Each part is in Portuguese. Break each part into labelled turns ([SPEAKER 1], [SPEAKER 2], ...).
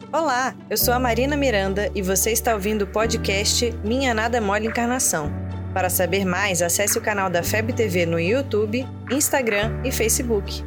[SPEAKER 1] Olá, eu sou a Marina Miranda e você está ouvindo o podcast Minha Nada Mole Encarnação. Para saber mais, acesse o canal da FEB TV no YouTube, Instagram e Facebook.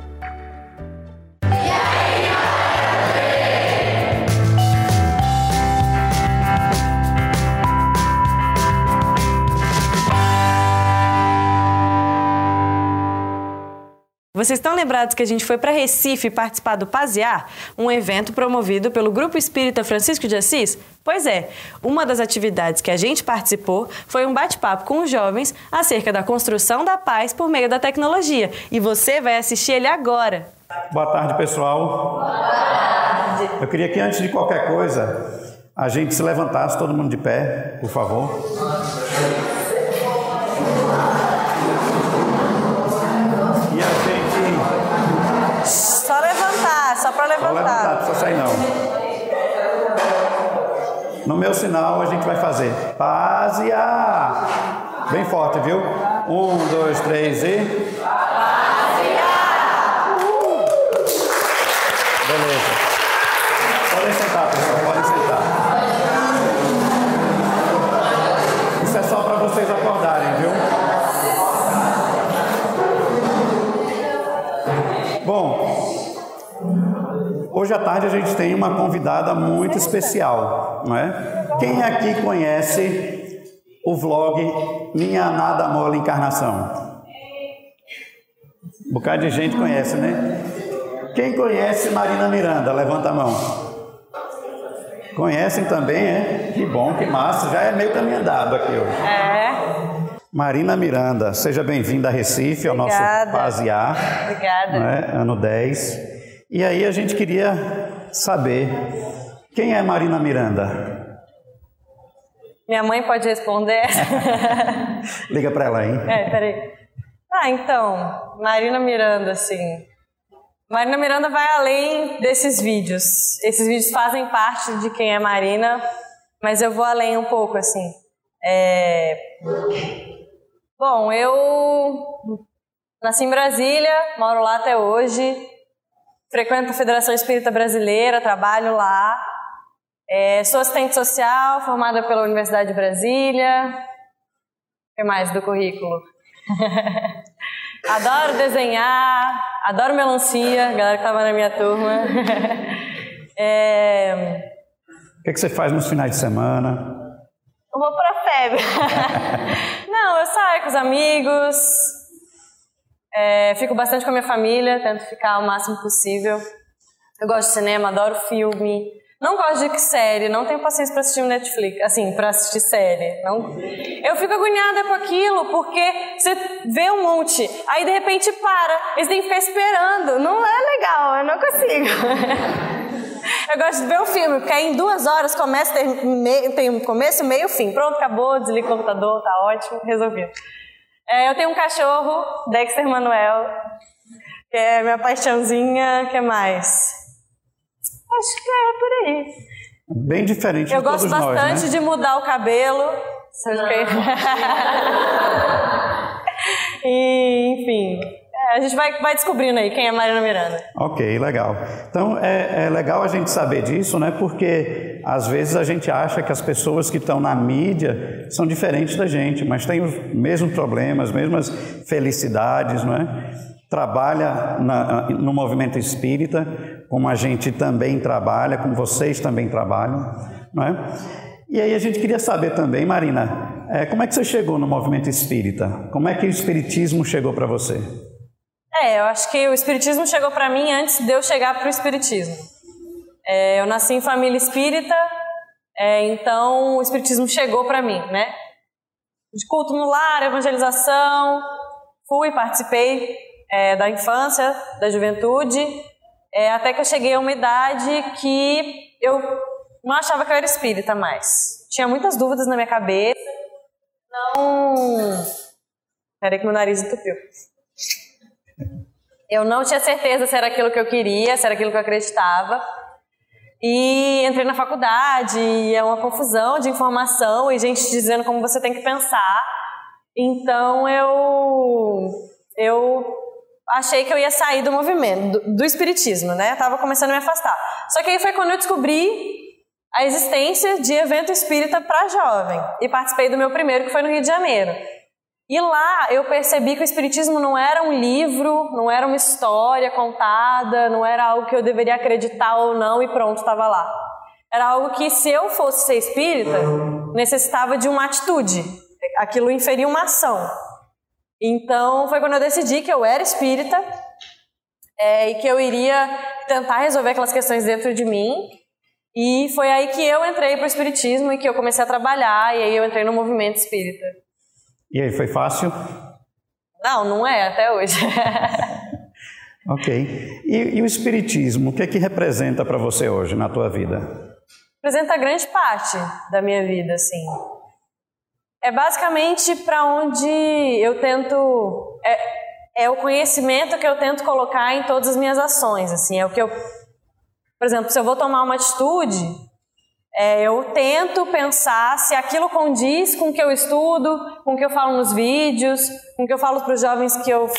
[SPEAKER 1] Vocês estão lembrados que a gente foi para Recife participar do Pasear, um evento promovido pelo Grupo Espírita Francisco de Assis? Pois é, uma das atividades que a gente participou foi um bate-papo com os jovens acerca da construção da paz por meio da tecnologia. E você vai assistir ele agora.
[SPEAKER 2] Boa tarde, pessoal.
[SPEAKER 1] Boa tarde.
[SPEAKER 2] Eu queria que antes de qualquer coisa, a gente se levantasse, todo mundo de pé, por favor.
[SPEAKER 1] Só para levantar.
[SPEAKER 2] Só levantar, não precisa sair não. No meu sinal a gente vai fazer Pasear. Bem forte, viu? 1, 2, 3 e... Pasear! Beleza. Podem sentar, pessoal, podem sentar. Isso é só para vocês acordarem, viu? Bom... Hoje à tarde a gente tem uma convidada muito especial, não é? Quem aqui conhece o vlog Minha Nada Mole Encarnação? Um bocado de gente conhece, né? Quem conhece Marina Miranda? Levanta a mão. Conhecem também, é? Que bom, que massa. Já é meio caminho andado aqui hoje. Marina Miranda, seja bem-vinda a Recife, ao nosso Pasear.
[SPEAKER 1] Obrigada.
[SPEAKER 2] Não é? Ano 10. E aí a gente queria saber, quem é Marina Miranda?
[SPEAKER 1] Minha mãe pode responder?
[SPEAKER 2] Liga para ela aí.
[SPEAKER 1] Peraí. Então, Marina Miranda, assim... Marina Miranda vai além desses vídeos. Esses vídeos fazem parte de quem é Marina, mas eu vou além um pouco, assim. Bom, eu nasci em Brasília, moro lá até hoje... Frequento a Federação Espírita Brasileira, trabalho lá. Sou assistente social, formada pela Universidade de Brasília. O que mais do currículo? Adoro desenhar, adoro melancia, a galera que estava na minha turma.
[SPEAKER 2] O que você faz nos finais de semana?
[SPEAKER 1] Eu vou pra FEB. Não, eu saio com os amigos... fico bastante com a minha família, tento ficar o máximo possível. Eu gosto de cinema, adoro filme. Não gosto de série, não tenho paciência para assistir Netflix, assim, para assistir série. Não. Eu fico agoniada com aquilo, porque você vê um monte, aí de repente para, e você tem que ficar esperando. Não é legal, eu não consigo. Eu gosto de ver um filme, porque aí em 2 horas começa, tem começo, meio, fim. Pronto, acabou, desliga o computador, tá ótimo, resolvido. Eu tenho um cachorro, Dexter Manuel, que é minha paixãozinha. O que mais? Acho que é por aí.
[SPEAKER 2] Bem diferente de todos nós, né?
[SPEAKER 1] Eu gosto bastante de mudar o cabelo. E, enfim, a gente vai descobrindo aí quem é Marina Miranda.
[SPEAKER 2] Ok, legal. Então, é legal a gente saber disso, né? Porque, às vezes, a gente acha que as pessoas que estão na mídia são diferentes da gente, mas têm os mesmos problemas, as mesmas felicidades, não é? Trabalha no movimento espírita, como a gente também trabalha, como vocês também trabalham, não é? E aí a gente queria saber também, Marina, como é que você chegou no movimento espírita? Como é que o espiritismo chegou para você?
[SPEAKER 1] Eu acho que o espiritismo chegou para mim antes de eu chegar para o espiritismo. Eu nasci em família espírita, então o espiritismo chegou para mim, né? De culto no lar, evangelização, participei da infância, da juventude, até que eu cheguei a uma idade que eu não achava que eu era espírita mais. Tinha muitas dúvidas na minha cabeça. Peraí que meu nariz entupiu. Eu não tinha certeza se era aquilo que eu queria, se era aquilo que eu acreditava. E entrei na faculdade, e é uma confusão de informação e gente dizendo como você tem que pensar. Então eu achei que eu ia sair do movimento, do espiritismo, né? Eu tava começando a me afastar. Só que aí foi quando eu descobri a existência de evento espírita para jovem. E participei do meu primeiro, que foi no Rio de Janeiro. E lá eu percebi que o espiritismo não era um livro, não era uma história contada, não era algo que eu deveria acreditar ou não e pronto, estava lá. Era algo que, se eu fosse ser espírita, necessitava de uma atitude. Aquilo inferia uma ação. Então foi quando eu decidi que eu era espírita e que eu iria tentar resolver aquelas questões dentro de mim. E foi aí que eu entrei para o espiritismo e que eu comecei a trabalhar, e aí eu entrei no movimento espírita.
[SPEAKER 2] E aí, foi fácil?
[SPEAKER 1] Não, não é, até hoje.
[SPEAKER 2] Ok. E o espiritismo, o que é que representa para você hoje, na tua vida?
[SPEAKER 1] Representa grande parte da minha vida, assim. É basicamente para onde eu tento... É o conhecimento que eu tento colocar em todas as minhas ações, assim. É o que eu... Por exemplo, se eu vou tomar uma atitude... eu tento pensar se aquilo condiz com o que eu estudo, com o que eu falo nos vídeos, com o que eu falo para os jovens que eu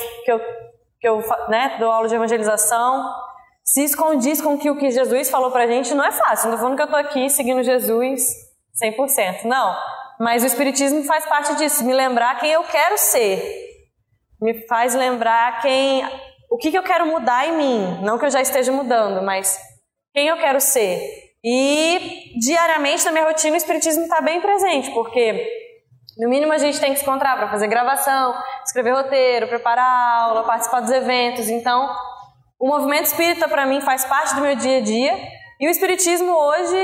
[SPEAKER 1] dou aula de evangelização. Se isso condiz com o que Jesus falou para a gente, não é fácil. Não estou falando que eu estou aqui seguindo Jesus 100%, não. Mas o espiritismo faz parte disso, me lembrar quem eu quero ser. Me faz lembrar o que eu quero mudar em mim. Não que eu já esteja mudando, mas quem eu quero ser. E diariamente na minha rotina o espiritismo está bem presente, porque no mínimo a gente tem que se encontrar para fazer gravação, escrever roteiro, preparar aula, participar dos eventos. Então o movimento espírita para mim faz parte do meu dia a dia, e o espiritismo hoje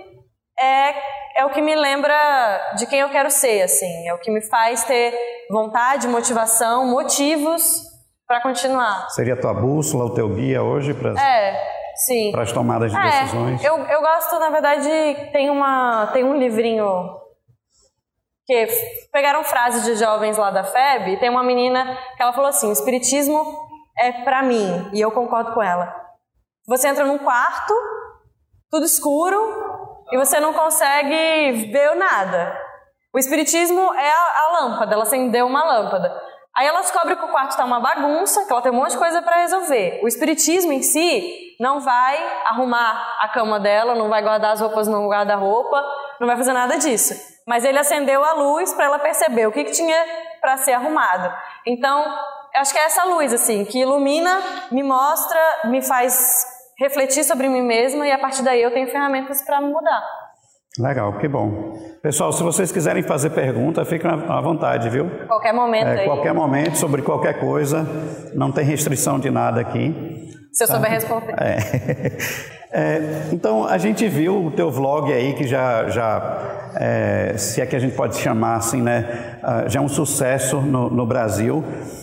[SPEAKER 1] é o que me lembra de quem eu quero ser, assim, é o que me faz ter vontade, motivação, motivos para continuar.
[SPEAKER 2] Seria a tua bússola, o teu guia hoje para...
[SPEAKER 1] Sim.
[SPEAKER 2] Para as tomadas de decisões?
[SPEAKER 1] Eu gosto, na verdade, tem um livrinho que pegaram frases de jovens lá da FEB, e tem uma menina que ela falou assim: o espiritismo é pra mim, e eu concordo com ela. Você entra num quarto, tudo escuro, e você não consegue ver nada. O espiritismo é a lâmpada, ela acendeu uma lâmpada. Aí ela descobre que o quarto está uma bagunça, que ela tem um monte de coisa para resolver. O espiritismo em si não vai arrumar a cama dela, não vai guardar as roupas no guarda-roupa, não vai fazer nada disso. Mas ele acendeu a luz para ela perceber o que tinha para ser arrumado. Então, eu acho que é essa luz, assim, que ilumina, me mostra, me faz refletir sobre mim mesma, e a partir daí eu tenho ferramentas para mudar.
[SPEAKER 2] Legal, que bom. Pessoal, se vocês quiserem fazer pergunta, fiquem à vontade, viu?
[SPEAKER 1] Qualquer momento aí.
[SPEAKER 2] Qualquer momento, sobre qualquer coisa, não tem restrição de nada aqui.
[SPEAKER 1] Se eu souber responder.
[SPEAKER 2] Então, a gente viu o teu vlog aí, que se é que a gente pode chamar assim, né? Já é um sucesso no Brasil.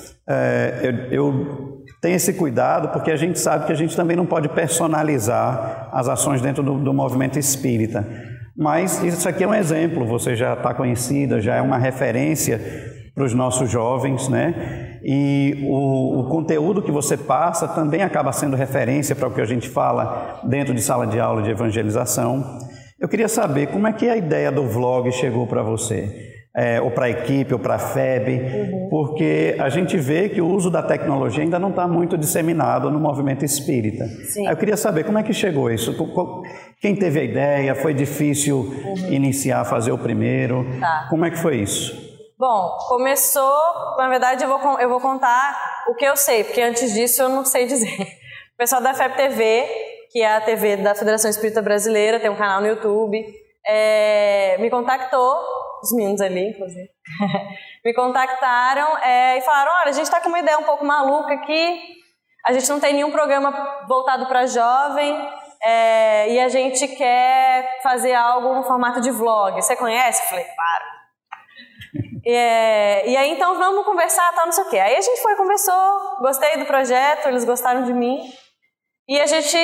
[SPEAKER 2] Eu tenho esse cuidado, porque a gente sabe que a gente também não pode personalizar as ações dentro do movimento espírita. Mas isso aqui é um exemplo, você já está conhecida, já é uma referência para os nossos jovens, né? E o conteúdo que você passa também acaba sendo referência para o que a gente fala dentro de sala de aula de evangelização. Eu queria saber como é que a ideia do vlog chegou para você, ou para a equipe, ou para a FEB, porque a gente vê que o uso da tecnologia ainda não está muito disseminado no movimento espírita.
[SPEAKER 1] Sim.
[SPEAKER 2] Eu queria saber como é que chegou isso, quem teve a ideia, foi difícil iniciar a fazer o primeiro, como é que foi isso?
[SPEAKER 1] Bom, começou, na verdade eu vou contar o que eu sei, porque antes disso eu não sei dizer. O pessoal da FEB TV, que é a TV da Federação Espírita Brasileira, tem um canal no YouTube, me contactou, os meninos ali, inclusive, me contactaram e falaram: olha, a gente está com uma ideia um pouco maluca aqui, a gente não tem nenhum programa voltado para jovem, e a gente quer fazer algo no formato de vlog. Você conhece? Eu falei: claro. E aí, então, vamos conversar, não sei o quê. Aí a gente conversou, gostei do projeto, eles gostaram de mim, e a gente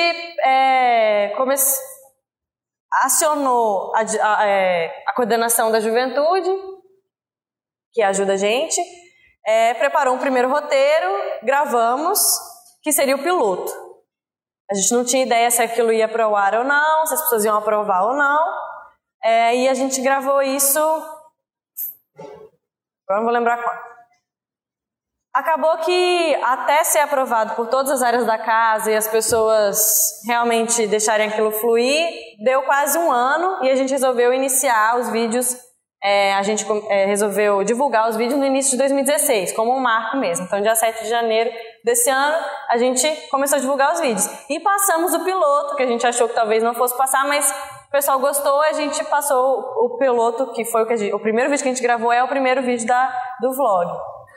[SPEAKER 1] acionou a coordenação da juventude, que ajuda a gente, preparou um primeiro roteiro, gravamos, que seria o piloto. A gente não tinha ideia se aquilo ia para o ar ou não, se as pessoas iam aprovar ou não, e a gente gravou isso, agora não vou lembrar quando. Acabou que até ser aprovado por todas as áreas da casa e as pessoas realmente deixarem aquilo fluir, deu quase um ano e a gente resolveu iniciar os vídeos, a gente resolveu divulgar os vídeos no início de 2016, como um marco mesmo. Então, dia 7 de janeiro desse ano, a gente começou a divulgar os vídeos. E passamos o piloto, que a gente achou que talvez não fosse passar, mas o pessoal gostou, a gente passou o piloto, que foi o primeiro vídeo que a gente gravou, é o primeiro vídeo do vlog.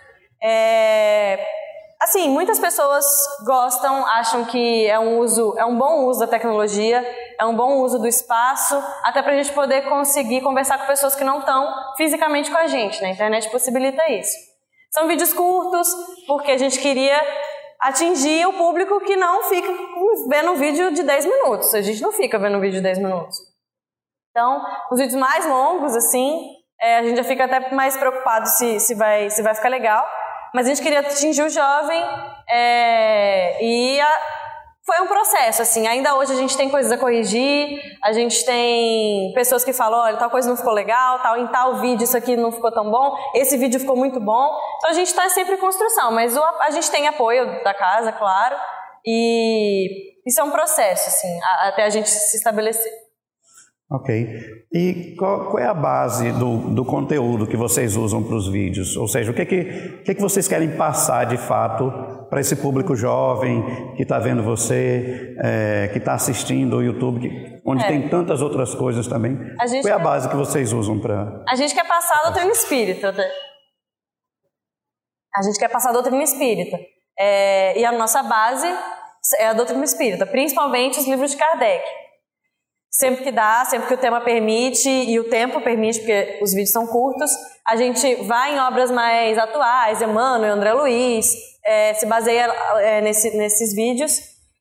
[SPEAKER 1] Assim, muitas pessoas gostam, acham que é um bom uso da tecnologia, é um bom uso do espaço, até pra gente poder conseguir conversar com pessoas que não estão fisicamente com a gente, né? A internet possibilita isso. São vídeos curtos, porque a gente queria atingir o público que não fica vendo um vídeo de 10 minutos. A gente não fica vendo um vídeo de 10 minutos. Então, os vídeos mais longos, assim, a gente já fica até mais preocupado se vai ficar legal. Mas a gente queria atingir o jovem foi um processo, assim. Ainda hoje a gente tem coisas a corrigir, a gente tem pessoas que falam, olha, tal coisa não ficou legal, em tal vídeo isso aqui não ficou tão bom, esse vídeo ficou muito bom. Então a gente está sempre em construção, mas a gente tem apoio da casa, claro, e isso é um processo, assim, até a gente se estabelecer.
[SPEAKER 2] Ok. E qual é a base do conteúdo que vocês usam para os vídeos? Ou seja, o que vocês querem passar de fato para esse público jovem que está vendo você, que está assistindo o YouTube, onde tem tantas outras coisas também? Qual é a base que vocês usam para...
[SPEAKER 1] A gente quer passar a doutrina espírita. E a nossa base é a doutrina espírita, principalmente os livros de Kardec. Sempre que dá, sempre que o tema permite e o tempo permite, porque os vídeos são curtos, a gente vai em obras mais atuais, Emmanuel, André Luiz, se baseia nesses vídeos,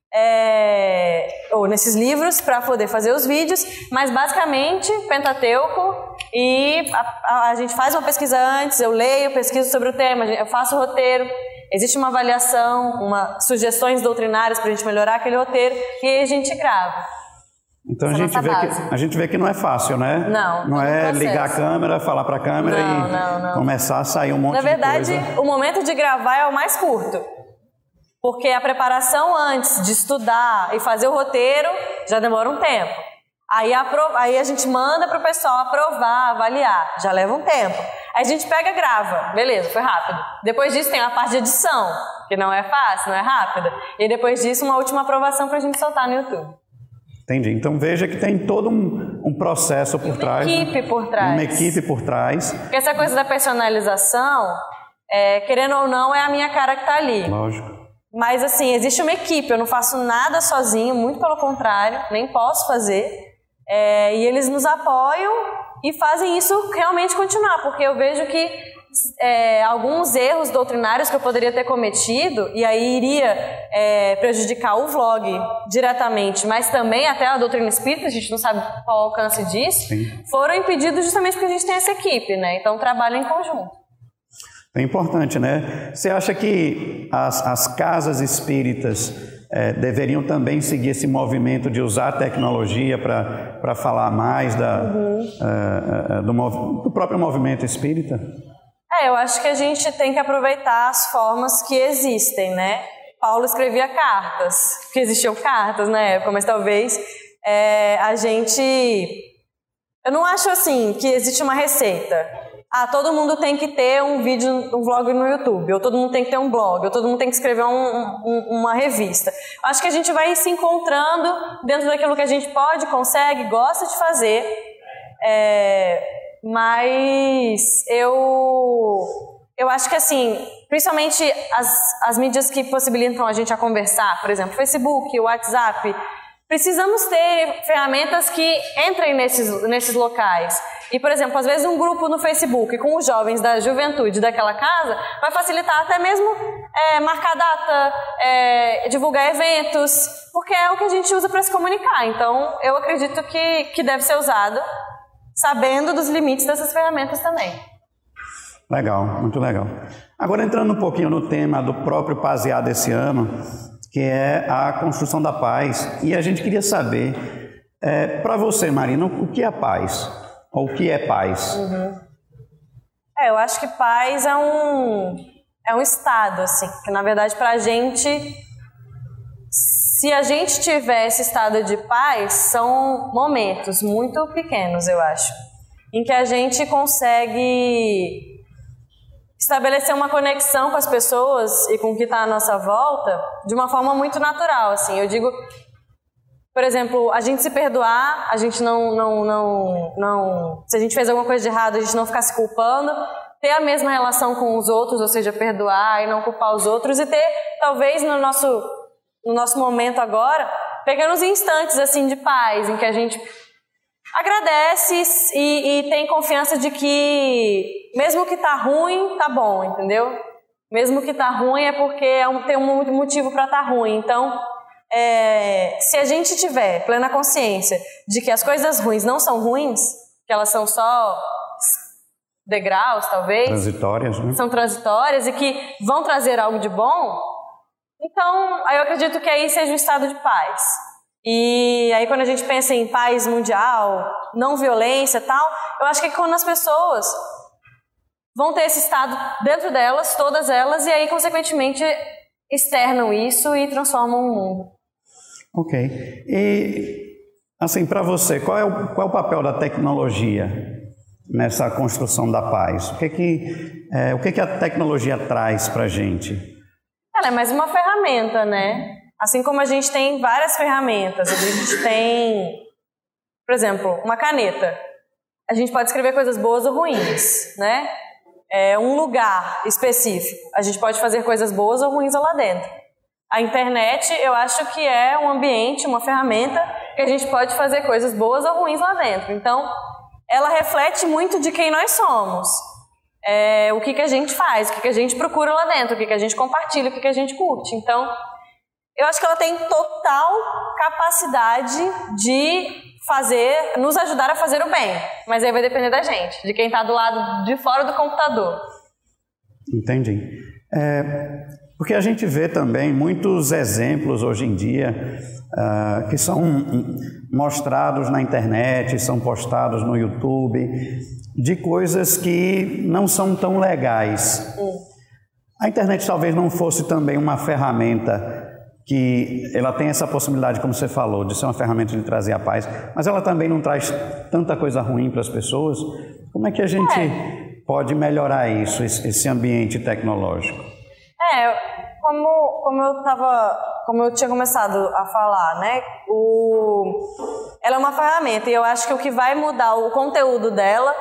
[SPEAKER 1] ou nesses livros para poder fazer os vídeos, mas basicamente Pentateuco, e a gente faz uma pesquisa antes, eu leio, pesquiso sobre o tema, eu faço o roteiro, existe uma avaliação, sugestões doutrinárias para a gente melhorar aquele roteiro, e aí a gente grava.
[SPEAKER 2] Então a gente vê que não é fácil, né?
[SPEAKER 1] Não
[SPEAKER 2] é ligar a câmera, falar para a câmera e começar a sair um monte de coisa.
[SPEAKER 1] Na verdade, o momento de gravar é o mais curto. Porque a preparação antes de estudar e fazer o roteiro já demora um tempo. Aí a gente manda para o pessoal aprovar, avaliar, já leva um tempo. Aí a gente pega e grava, beleza, foi rápido. Depois disso tem a parte de edição, que não é fácil, não é rápida. E depois disso uma última aprovação para a gente soltar no YouTube.
[SPEAKER 2] Entendi. Então veja que tem todo um processo por trás.
[SPEAKER 1] Uma equipe por trás.
[SPEAKER 2] Uma equipe por trás.
[SPEAKER 1] Porque essa coisa da personalização, querendo ou não, é a minha cara que está ali.
[SPEAKER 2] Lógico.
[SPEAKER 1] Mas assim, existe uma equipe, eu não faço nada sozinho, muito pelo contrário, nem posso fazer. E eles nos apoiam e fazem isso realmente continuar, porque eu vejo que alguns erros doutrinários que eu poderia ter cometido, e aí iria prejudicar o vlog diretamente, mas também até a doutrina espírita, a gente não sabe qual o alcance disso,
[SPEAKER 2] Sim.
[SPEAKER 1] Foram impedidos justamente porque a gente tem essa equipe, né? Então trabalha em conjunto.
[SPEAKER 2] É importante, né? Você acha que as casas espíritas deveriam também seguir esse movimento de usar a tecnologia para falar mais do próprio movimento espírita?
[SPEAKER 1] Eu acho que a gente tem que aproveitar as formas que existem, né? Paulo escrevia cartas, porque existiam cartas na época, mas talvez a gente... Eu não acho assim que existe uma receita. Todo mundo tem que ter um vídeo, um vlog no YouTube, ou todo mundo tem que ter um blog, ou todo mundo tem que escrever uma revista. Acho que a gente vai se encontrando dentro daquilo que a gente pode, consegue, gosta de fazer. Mas eu acho que assim, principalmente as mídias que possibilitam a gente a conversar, por exemplo, Facebook, WhatsApp, precisamos ter ferramentas que entrem nesses locais. E, por exemplo, às vezes um grupo no Facebook com os jovens da juventude daquela casa vai facilitar até mesmo marcar data, divulgar eventos, porque é o que a gente usa para se comunicar. Então, eu acredito que deve ser usado sabendo dos limites dessas ferramentas também.
[SPEAKER 2] Legal, muito legal. Agora entrando um pouquinho no tema do próprio Pasear desse ano, que é a construção da paz. E a gente queria saber, para você, Marina, o que é paz? Ou o que é paz?
[SPEAKER 1] Eu acho que paz é é um estado, assim, que na verdade pra gente, se a gente tiver esse estado de paz, são momentos muito pequenos, eu acho, em que a gente consegue estabelecer uma conexão com as pessoas e com o que está à nossa volta de uma forma muito natural, assim. Eu digo, por exemplo, a gente se perdoar, a gente não, se a gente fez alguma coisa de errado, a gente não ficar se culpando, ter a mesma relação com os outros, ou seja, perdoar e não culpar os outros, e ter, talvez, no nosso momento agora, pequenos instantes, assim, de paz, em que a gente agradece e tem confiança de que mesmo que tá ruim, tá bom, entendeu? Mesmo que tá ruim é porque tem um motivo para tá ruim. Então, se a gente tiver plena consciência de que as coisas ruins não são ruins, que elas são só degraus, talvez.
[SPEAKER 2] Transitórias, né? São
[SPEAKER 1] transitórias e que vão trazer algo de bom, então, aí eu acredito que aí seja um estado de paz. E aí quando a gente pensa em paz mundial, não violência e tal, eu acho que é quando as pessoas vão ter esse estado dentro delas, todas elas, e aí consequentemente externam isso e transformam o mundo.
[SPEAKER 2] Ok. E assim, para você, qual é o papel da tecnologia nessa construção da paz? O que a tecnologia traz para a gente?
[SPEAKER 1] Ela é mais uma ferramenta, né? Assim como a gente tem várias ferramentas, a gente tem, por exemplo, uma caneta. A gente pode escrever coisas boas ou ruins, né? Um lugar específico. A gente pode fazer coisas boas ou ruins lá dentro. A internet, eu acho que é um ambiente, uma ferramenta que a gente pode fazer coisas boas ou ruins lá dentro. Então, ela reflete muito de quem nós somos. O que a gente faz, o que a gente procura lá dentro, o que a gente compartilha, o que a gente curte. Então, eu acho que ela tem total capacidade de nos ajudar a fazer o bem. Mas aí vai depender da gente, de quem está do lado de fora do computador.
[SPEAKER 2] Entendi. Porque a gente vê também muitos exemplos hoje em dia que são mostrados na internet, são postados no YouTube, de coisas que não são tão legais. A internet talvez não fosse também uma ferramenta que ela tem essa possibilidade, como você falou, de ser uma ferramenta de trazer a paz, mas ela também não traz tanta coisa ruim para as pessoas. Como é que a gente pode melhorar isso, esse ambiente tecnológico? Como eu tinha começado a falar, né? Ela é uma ferramenta e eu acho que o que vai mudar o conteúdo dela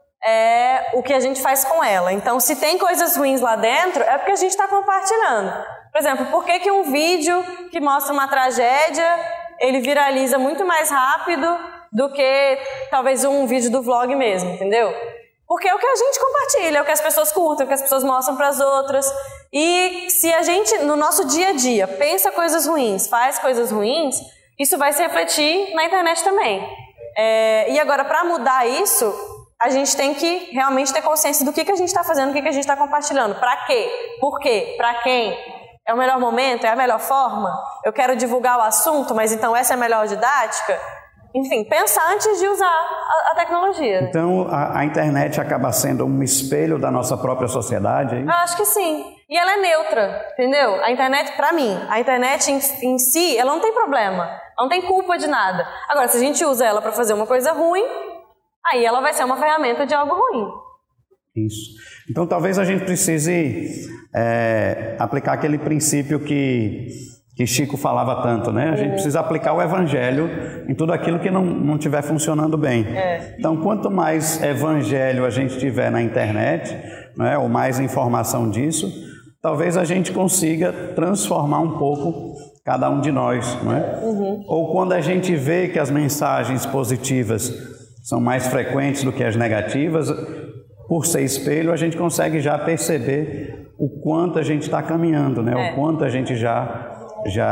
[SPEAKER 2] é o que a gente faz com ela. Então, se tem coisas ruins lá dentro, é porque a gente está compartilhando. Por exemplo, por que um vídeo que mostra uma tragédia, ele viraliza muito mais rápido do que talvez um vídeo do vlog mesmo, entendeu? Porque é o que a gente compartilha, é o que as pessoas curtem, é o que as pessoas mostram para as outras. E se a gente, no nosso dia a dia, pensa coisas ruins, faz coisas ruins, isso vai se refletir na internet também. E agora, para mudar isso, a gente tem que realmente ter consciência do que a gente está fazendo, o que a gente está compartilhando. Para quê? Por quê? Para quem? É o melhor momento? É a melhor forma? Eu quero divulgar o assunto, mas então essa é a melhor didática? Enfim, pensar antes de usar a tecnologia. Então, a internet acaba sendo um espelho da nossa própria sociedade?
[SPEAKER 1] Eu acho que sim. E ela é neutra, entendeu? A internet, pra mim, a internet em si, ela não tem problema. Ela não tem culpa de nada. Agora, se a gente usa ela para fazer uma coisa ruim, aí ela vai ser uma ferramenta de algo ruim.
[SPEAKER 2] Isso. Então, talvez a gente precise aplicar aquele princípio que Chico falava tanto, né? A gente precisa aplicar o evangelho em tudo aquilo que não estiver funcionando bem. Então, quanto mais evangelho a gente tiver na internet, né, ou mais informação disso, talvez a gente consiga transformar um pouco cada um de nós, não é? Ou quando a gente vê que as mensagens positivas são mais frequentes do que as negativas, por ser espelho, a gente consegue já perceber o quanto a gente está caminhando, né? O quanto a gente já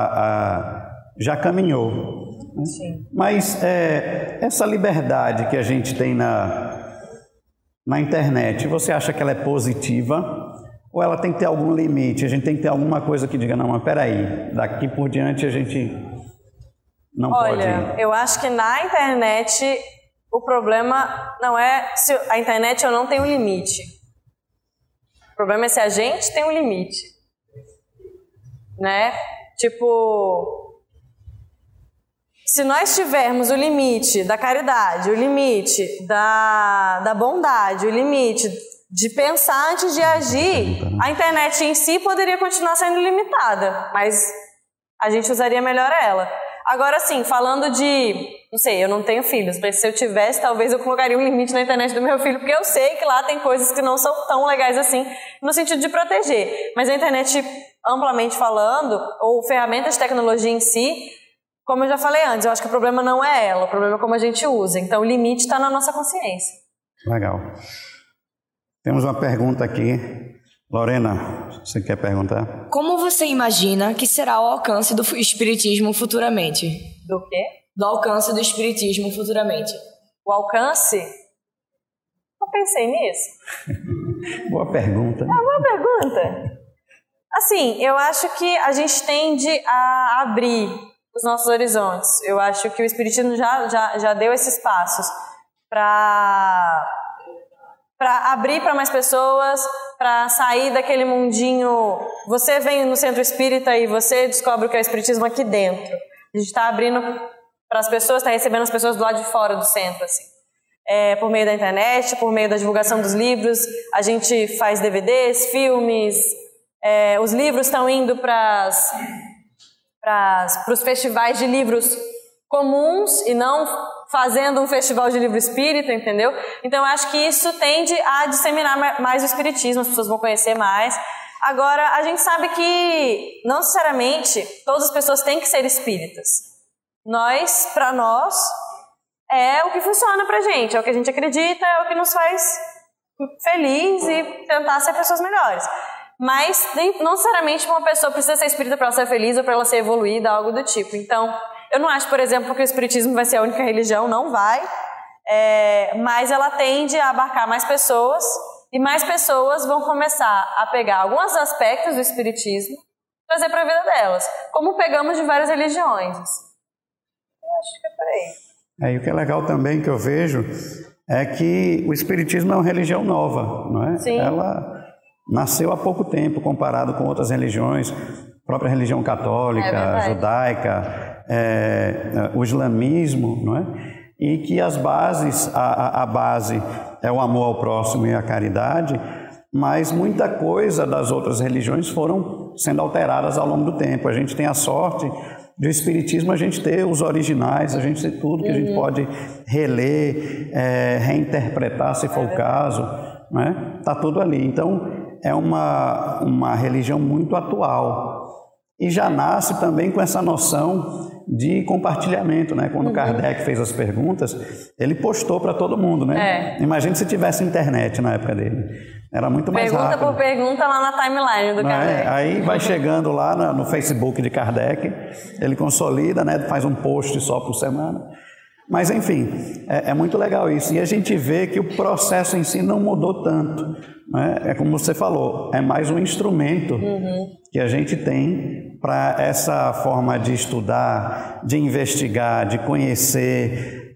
[SPEAKER 2] caminhou.
[SPEAKER 1] Sim.
[SPEAKER 2] Mas essa liberdade que a gente tem na internet, você acha que ela é positiva? Ou ela tem que ter algum limite? A gente tem que ter alguma coisa que diga, não, mas peraí, daqui por diante a gente não pode...
[SPEAKER 1] Olha, eu acho que na internet o problema não é se a internet eu não tenho limite. O problema é se a gente tem um limite, né? Tipo, se nós tivermos o limite da caridade, o limite da bondade, o limite de pensar antes de agir, a internet em si poderia continuar sendo limitada, mas a gente usaria melhor ela. Agora sim, falando de, não sei, eu não tenho filhos, mas se eu tivesse, talvez eu colocaria um limite na internet do meu filho, porque eu sei que lá tem coisas que não são tão legais assim, no sentido de proteger. Mas a internet, amplamente falando, ou ferramentas de tecnologia em si, como eu já falei antes, eu acho que o problema não é ela, o problema é como a gente usa. Então o limite está na nossa consciência.
[SPEAKER 2] Legal. Temos uma pergunta aqui. Lorena, você quer perguntar?
[SPEAKER 3] Como você imagina que será o alcance do espiritismo futuramente?
[SPEAKER 1] Do quê?
[SPEAKER 3] Do alcance do espiritismo futuramente.
[SPEAKER 1] O alcance? Eu pensei nisso.
[SPEAKER 2] Boa pergunta.
[SPEAKER 1] É uma boa pergunta. Assim, eu acho que a gente tende a abrir os nossos horizontes. Eu acho que o espiritismo já deu esses passos para abrir para mais pessoas, para sair daquele mundinho. Você vem no centro espírita e você descobre o que é o espiritismo aqui dentro. A gente está abrindo para as pessoas, está recebendo as pessoas do lado de fora do centro, assim. Por meio da internet, por meio da divulgação dos livros. A gente faz DVDs, filmes. Os livros estão indo para os festivais de livros comuns e não fazendo um festival de livro espírita, entendeu? Então eu acho que isso tende a disseminar mais o espiritismo, as pessoas vão conhecer mais. Agora, a gente sabe que não necessariamente todas as pessoas têm que ser espíritas. Para nós, é o que funciona pra gente, é o que a gente acredita, é o que nos faz feliz e tentar ser pessoas melhores. Mas não necessariamente uma pessoa precisa ser espírita para ela ser feliz ou para ela ser evoluída, algo do tipo. Então, eu não acho, por exemplo, que o espiritismo vai ser a única religião, não vai. Mas ela tende a abarcar mais pessoas e mais pessoas vão começar a pegar alguns aspectos do espiritismo e trazer para a vida delas, como pegamos de várias religiões. Eu acho que é por aí.
[SPEAKER 2] E o que é legal também que eu vejo é que o espiritismo é uma religião nova, não é?
[SPEAKER 1] Sim.
[SPEAKER 2] Ela nasceu há pouco tempo comparado com outras religiões, a própria religião católica, judaica, o islamismo, não é? E que as bases, a base é o amor ao próximo e a caridade, mas muita coisa das outras religiões foram sendo alteradas ao longo do tempo. A gente tem a sorte do espiritismo, a gente ter os originais, a gente ter tudo que a gente pode reler, reinterpretar se for o caso, não é? Tá tudo ali. Então é uma religião muito atual e já nasce também com essa noção de compartilhamento, né? Quando Kardec fez as perguntas, ele postou para todo mundo, né? Imagina se tivesse internet na época dele. Era muito mais rápido.
[SPEAKER 1] Pergunta por pergunta lá na timeline do Kardec.
[SPEAKER 2] Aí vai chegando lá no Facebook de Kardec, ele consolida, né? Faz um post só por semana. Mas, enfim, é muito legal isso. E a gente vê que o processo em si não mudou tanto, né? É como você falou, é mais um instrumento que a gente tem para essa forma de estudar, de investigar, de conhecer,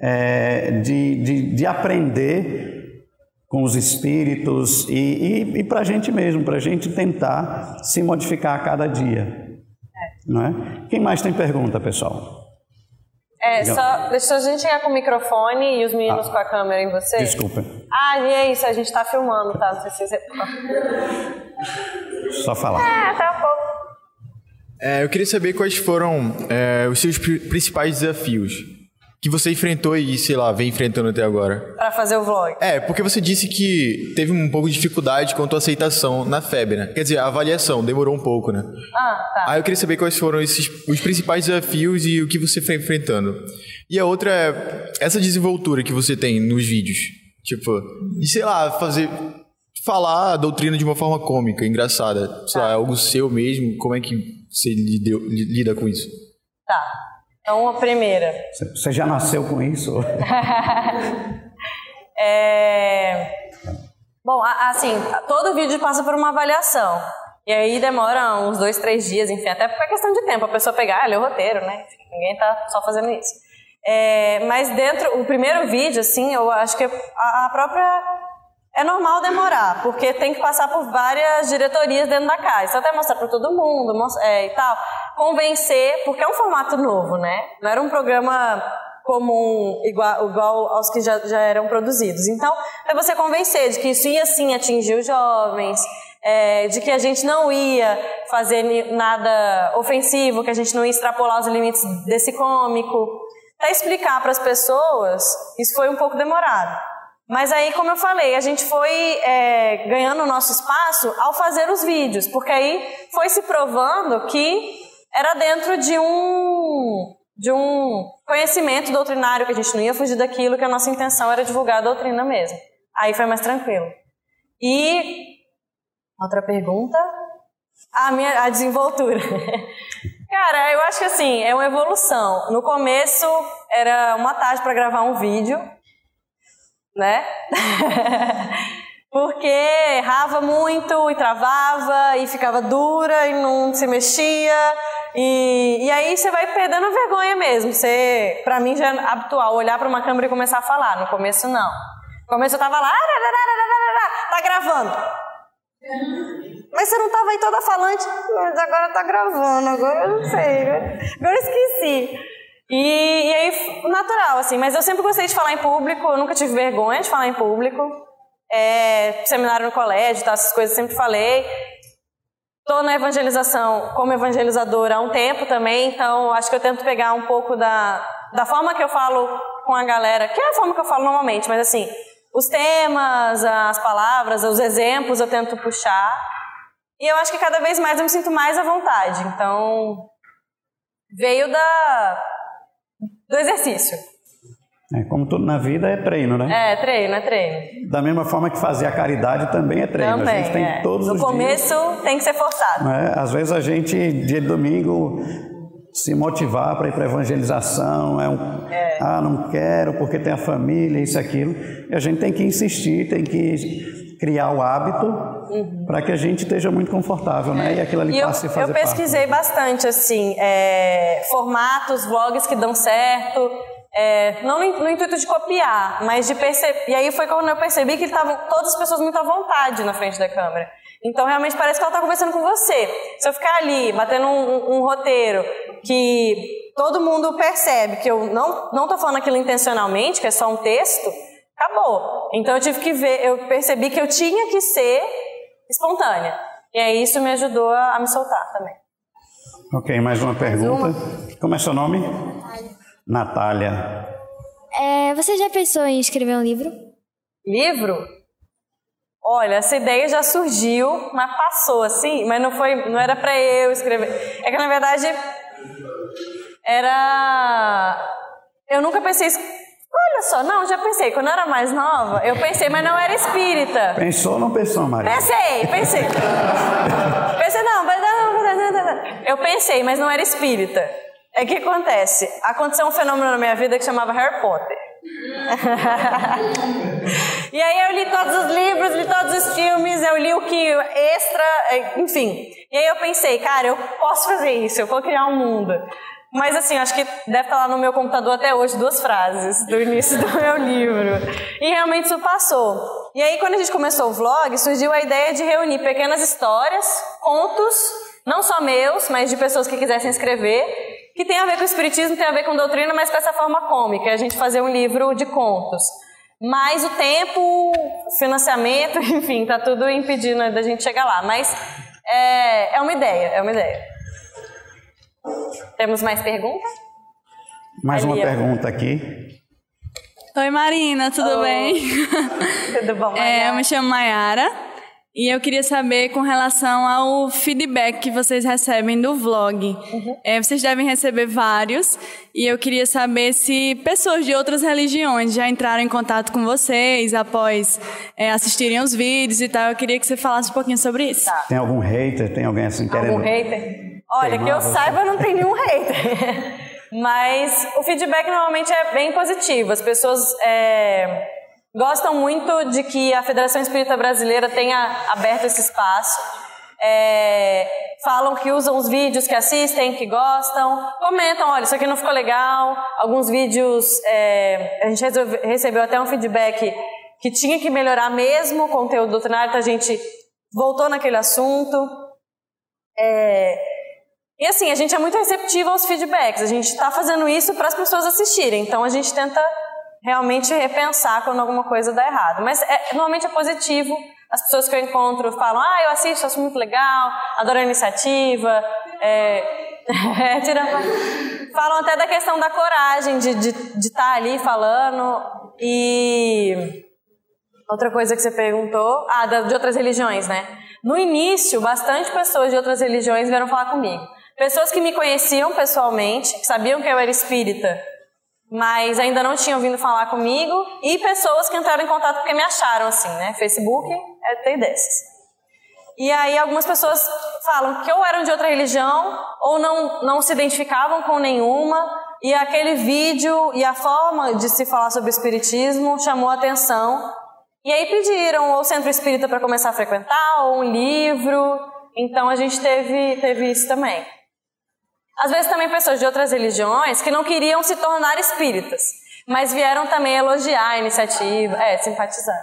[SPEAKER 2] de aprender com os espíritos e para a gente mesmo, para a gente tentar se modificar a cada dia. Não é? Quem mais tem pergunta, pessoal?
[SPEAKER 1] Deixa a gente chegar com o microfone e os meninos com a câmera em você.
[SPEAKER 2] Desculpa.
[SPEAKER 1] E é isso, a gente tá filmando, tá? Não sei se você...
[SPEAKER 2] Só falar.
[SPEAKER 1] Até um pouco.
[SPEAKER 4] Eu queria saber quais foram os seus principais desafios que você enfrentou e, sei lá, vem enfrentando até agora.
[SPEAKER 1] Pra fazer o vlog.
[SPEAKER 4] Porque você disse que teve um pouco de dificuldade quanto à aceitação na FEB, né? Quer dizer, a avaliação demorou um pouco, né?
[SPEAKER 1] Tá.
[SPEAKER 4] Aí eu queria saber quais foram os principais desafios e o que você foi enfrentando. E a outra é essa desenvoltura que você tem nos vídeos. Tipo, de, sei lá, falar a doutrina de uma forma cômica, engraçada. Sei lá, algo seu mesmo. Como é que você lida com isso?
[SPEAKER 1] Tá. Então, a primeira.
[SPEAKER 2] Você já nasceu com isso?
[SPEAKER 1] Bom, assim, todo vídeo passa por uma avaliação. E aí demora uns 2, 3 dias, enfim, até por questão de tempo. A pessoa pegar, ler o roteiro, né? Enfim, ninguém tá só fazendo isso. Mas o primeiro vídeo, assim, eu acho que a própria... É normal demorar, porque tem que passar por várias diretorias dentro da casa. Então, até mostrar para todo mundo e tal. Convencer, porque é um formato novo, né? Não era um programa comum, igual aos que já eram produzidos. Então, é você convencer de que isso ia sim atingir os jovens, de que a gente não ia fazer nada ofensivo, que a gente não ia extrapolar os limites desse cômico. Até explicar para as pessoas, isso foi um pouco demorado. Mas aí, como eu falei, a gente foi ganhando o nosso espaço ao fazer os vídeos, porque aí foi se provando que era dentro de um conhecimento doutrinário, que a gente não ia fugir daquilo, que a nossa intenção era divulgar a doutrina mesmo. Aí foi mais tranquilo. E outra pergunta? A desenvoltura. Cara, eu acho que assim, é uma evolução. No começo era uma tarde para gravar um vídeo, né? Porque errava muito e travava e ficava dura e não se mexia. E aí você vai perdendo a vergonha mesmo. Pra mim já é habitual olhar para uma câmera e começar a falar. No começo não. No começo eu tava lá, tá gravando. Mas você não tava aí toda falante? Mas agora tá gravando, agora eu não sei. Agora eu esqueci. E aí, natural, assim. Mas eu sempre gostei de falar em público, eu nunca tive vergonha de falar em público. Seminário no colégio, tá, essas coisas eu sempre falei. Estou na evangelização como evangelizadora há um tempo também, então acho que eu tento pegar um pouco da forma que eu falo com a galera, que é a forma que eu falo normalmente, mas assim, os temas, as palavras, os exemplos eu tento puxar. E eu acho que cada vez mais eu me sinto mais à vontade. Então, veio do exercício.
[SPEAKER 2] Como tudo na vida é treino, né?
[SPEAKER 1] É treino.
[SPEAKER 2] Da mesma forma que fazer a caridade também é treino.
[SPEAKER 1] Também,
[SPEAKER 2] a gente tem todos os dias.
[SPEAKER 1] No começo tem que ser forçado.
[SPEAKER 2] Às vezes a gente, dia de domingo, se motivar para ir para a evangelização, não quero porque tem a família, isso, aquilo. E a gente tem que insistir, tem que criar o hábito para que a gente esteja muito confortável, né? E aquilo ali passe a fazer parte.
[SPEAKER 1] Eu pesquisei bastante, assim, formatos, vlogs que dão certo. Não no intuito de copiar, mas de perceber. E aí foi quando eu percebi que estavam todas as pessoas muito à vontade na frente da câmera. Então realmente parece que ela está conversando com você. Se eu ficar ali batendo um roteiro que todo mundo percebe que eu não estou falando aquilo intencionalmente, que é só um texto, acabou. Então eu tive que ver, eu percebi que eu tinha que ser espontânea. E aí isso me ajudou a me soltar também.
[SPEAKER 2] Ok, mais uma pergunta. Como é seu nome? Natália.
[SPEAKER 5] Você já pensou em escrever um livro?
[SPEAKER 1] Livro? Olha, essa ideia já surgiu, mas passou assim, mas não era pra eu escrever. É que na verdade eu nunca pensei. Olha só, não, já pensei. Quando eu era mais nova, eu pensei, mas não era espírita.
[SPEAKER 2] Pensou ou não pensou, Maria?
[SPEAKER 1] Pensei. Pensei, não. Eu pensei, mas não era espírita. O que acontece? Aconteceu um fenômeno na minha vida que chamava Harry Potter. E aí eu li todos os livros, li todos os filmes, eu li o que extra, enfim. E aí eu pensei, cara, eu posso fazer isso, eu vou criar um mundo. Mas assim, acho que deve estar lá no meu computador até hoje 2 frases do início do meu livro. E realmente isso passou. E aí quando a gente começou o vlog, surgiu a ideia de reunir pequenas histórias, contos, não só meus, mas de pessoas que quisessem escrever, que tem a ver com o espiritismo, tem a ver com doutrina, mas com essa forma cômica, a gente fazer um livro de contos. Mas o tempo, o financiamento, enfim, tá tudo impedindo da gente chegar lá. Mas é uma ideia. Temos mais perguntas?
[SPEAKER 2] Mais uma pergunta aqui.
[SPEAKER 6] Oi, Marina, tudo bem?
[SPEAKER 1] Tudo bom, Mayara?
[SPEAKER 6] Eu me chamo Mayara e eu queria saber com relação ao feedback que vocês recebem do vlog. Vocês devem receber vários e eu queria saber se pessoas de outras religiões já entraram em contato com vocês após assistirem os vídeos e tal. Eu queria que você falasse um pouquinho sobre isso.
[SPEAKER 1] Tá.
[SPEAKER 2] Tem algum hater? Tem alguém assim querendo...
[SPEAKER 1] Algum hater? Olha, que eu saiba, não tem nenhum hater. Mas o feedback normalmente é bem positivo. As pessoas gostam muito de que a Federação Espírita Brasileira tenha aberto esse espaço. Falam que usam os vídeos, que assistem, que gostam. Comentam, olha, isso aqui não ficou legal. Alguns vídeos, a gente recebeu até um feedback que tinha que melhorar mesmo o conteúdo doutrinário, então a gente voltou naquele assunto. E assim, a gente é muito receptivo aos feedbacks, a gente está fazendo isso para as pessoas assistirem, então a gente tenta realmente repensar quando alguma coisa dá errado. Mas normalmente é positivo, as pessoas que eu encontro falam, eu assisto, acho muito legal, adoro a iniciativa, falam até da questão da coragem de estar ali falando. E outra coisa que você perguntou, de outras religiões, né? No início, bastante pessoas de outras religiões vieram falar comigo. Pessoas que me conheciam pessoalmente, que sabiam que eu era espírita, mas ainda não tinham vindo falar comigo, e pessoas que entraram em contato porque me acharam assim, né? Facebook tem desses. E aí algumas pessoas falam que ou eram de outra religião ou não se identificavam com nenhuma, e aquele vídeo e a forma de se falar sobre o espiritismo chamou a atenção, e aí pediram ou centro espírita para começar a frequentar, ou um livro. Então a gente teve isso também. Às vezes também pessoas de outras religiões que não queriam se tornar espíritas, mas vieram também elogiar a iniciativa, simpatizar.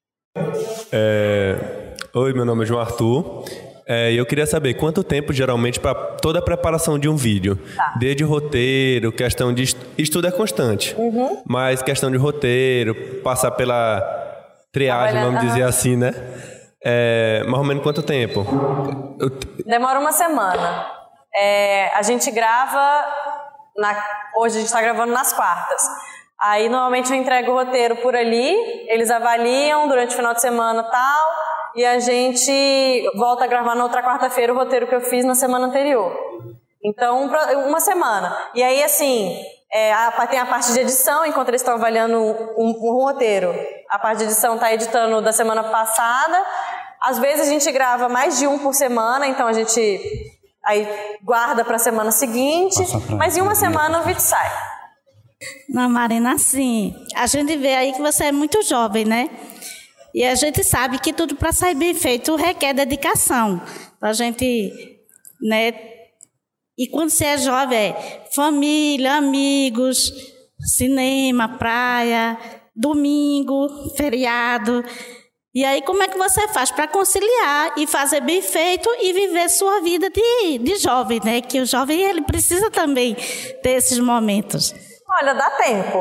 [SPEAKER 7] Oi, meu nome é João Arthur. Eu queria saber quanto tempo geralmente para toda a preparação de um vídeo.
[SPEAKER 1] Tá.
[SPEAKER 7] Desde roteiro, questão de estudo é constante, mas questão de roteiro, passar pela triagem, vamos dizer assim, né? Mais ou menos quanto tempo?
[SPEAKER 1] Demora uma semana. A gente grava, hoje a gente está gravando nas quartas. Aí normalmente eu entrego o roteiro por ali, eles avaliam durante o final de semana e tal, e a gente volta a gravar na outra quarta-feira o roteiro que eu fiz na semana anterior. Então, uma semana. E aí, assim, tem a parte de edição, enquanto eles estão avaliando um roteiro. A parte de edição está editando da semana passada. Às vezes a gente grava mais de um por semana, então a gente aí guarda para a semana seguinte, mas em uma semana o vídeo sai.
[SPEAKER 8] Não, Marina, assim, a gente vê aí que você é muito jovem, né? E a gente sabe que tudo para sair bem feito requer dedicação. A gente, né? E quando você é jovem, família, amigos, cinema, praia, domingo, feriado. E aí, como é que você faz para conciliar e fazer bem feito e viver sua vida de jovem, né? Que o jovem, ele precisa também ter esses momentos.
[SPEAKER 1] Olha, dá tempo.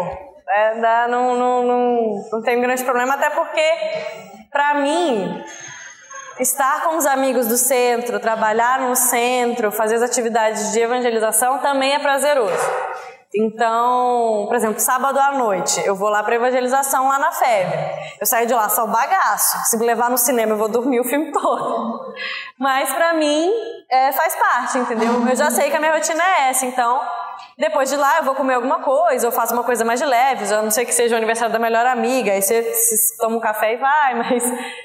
[SPEAKER 1] Não tem grande problema, até porque, para mim, estar com os amigos do centro, trabalhar no centro, fazer as atividades de evangelização também é prazeroso. Então, por exemplo, sábado à noite, eu vou lá para evangelização lá na FEB. Eu saio de lá só bagaço. Se me levar no cinema, eu vou dormir o filme todo. Mas para mim, faz parte, entendeu? Eu já sei que a minha rotina é essa, então depois de lá eu vou comer alguma coisa, ou faço uma coisa mais de leve, a não ser que seja o aniversário da melhor amiga, aí você toma um café e vai, mas...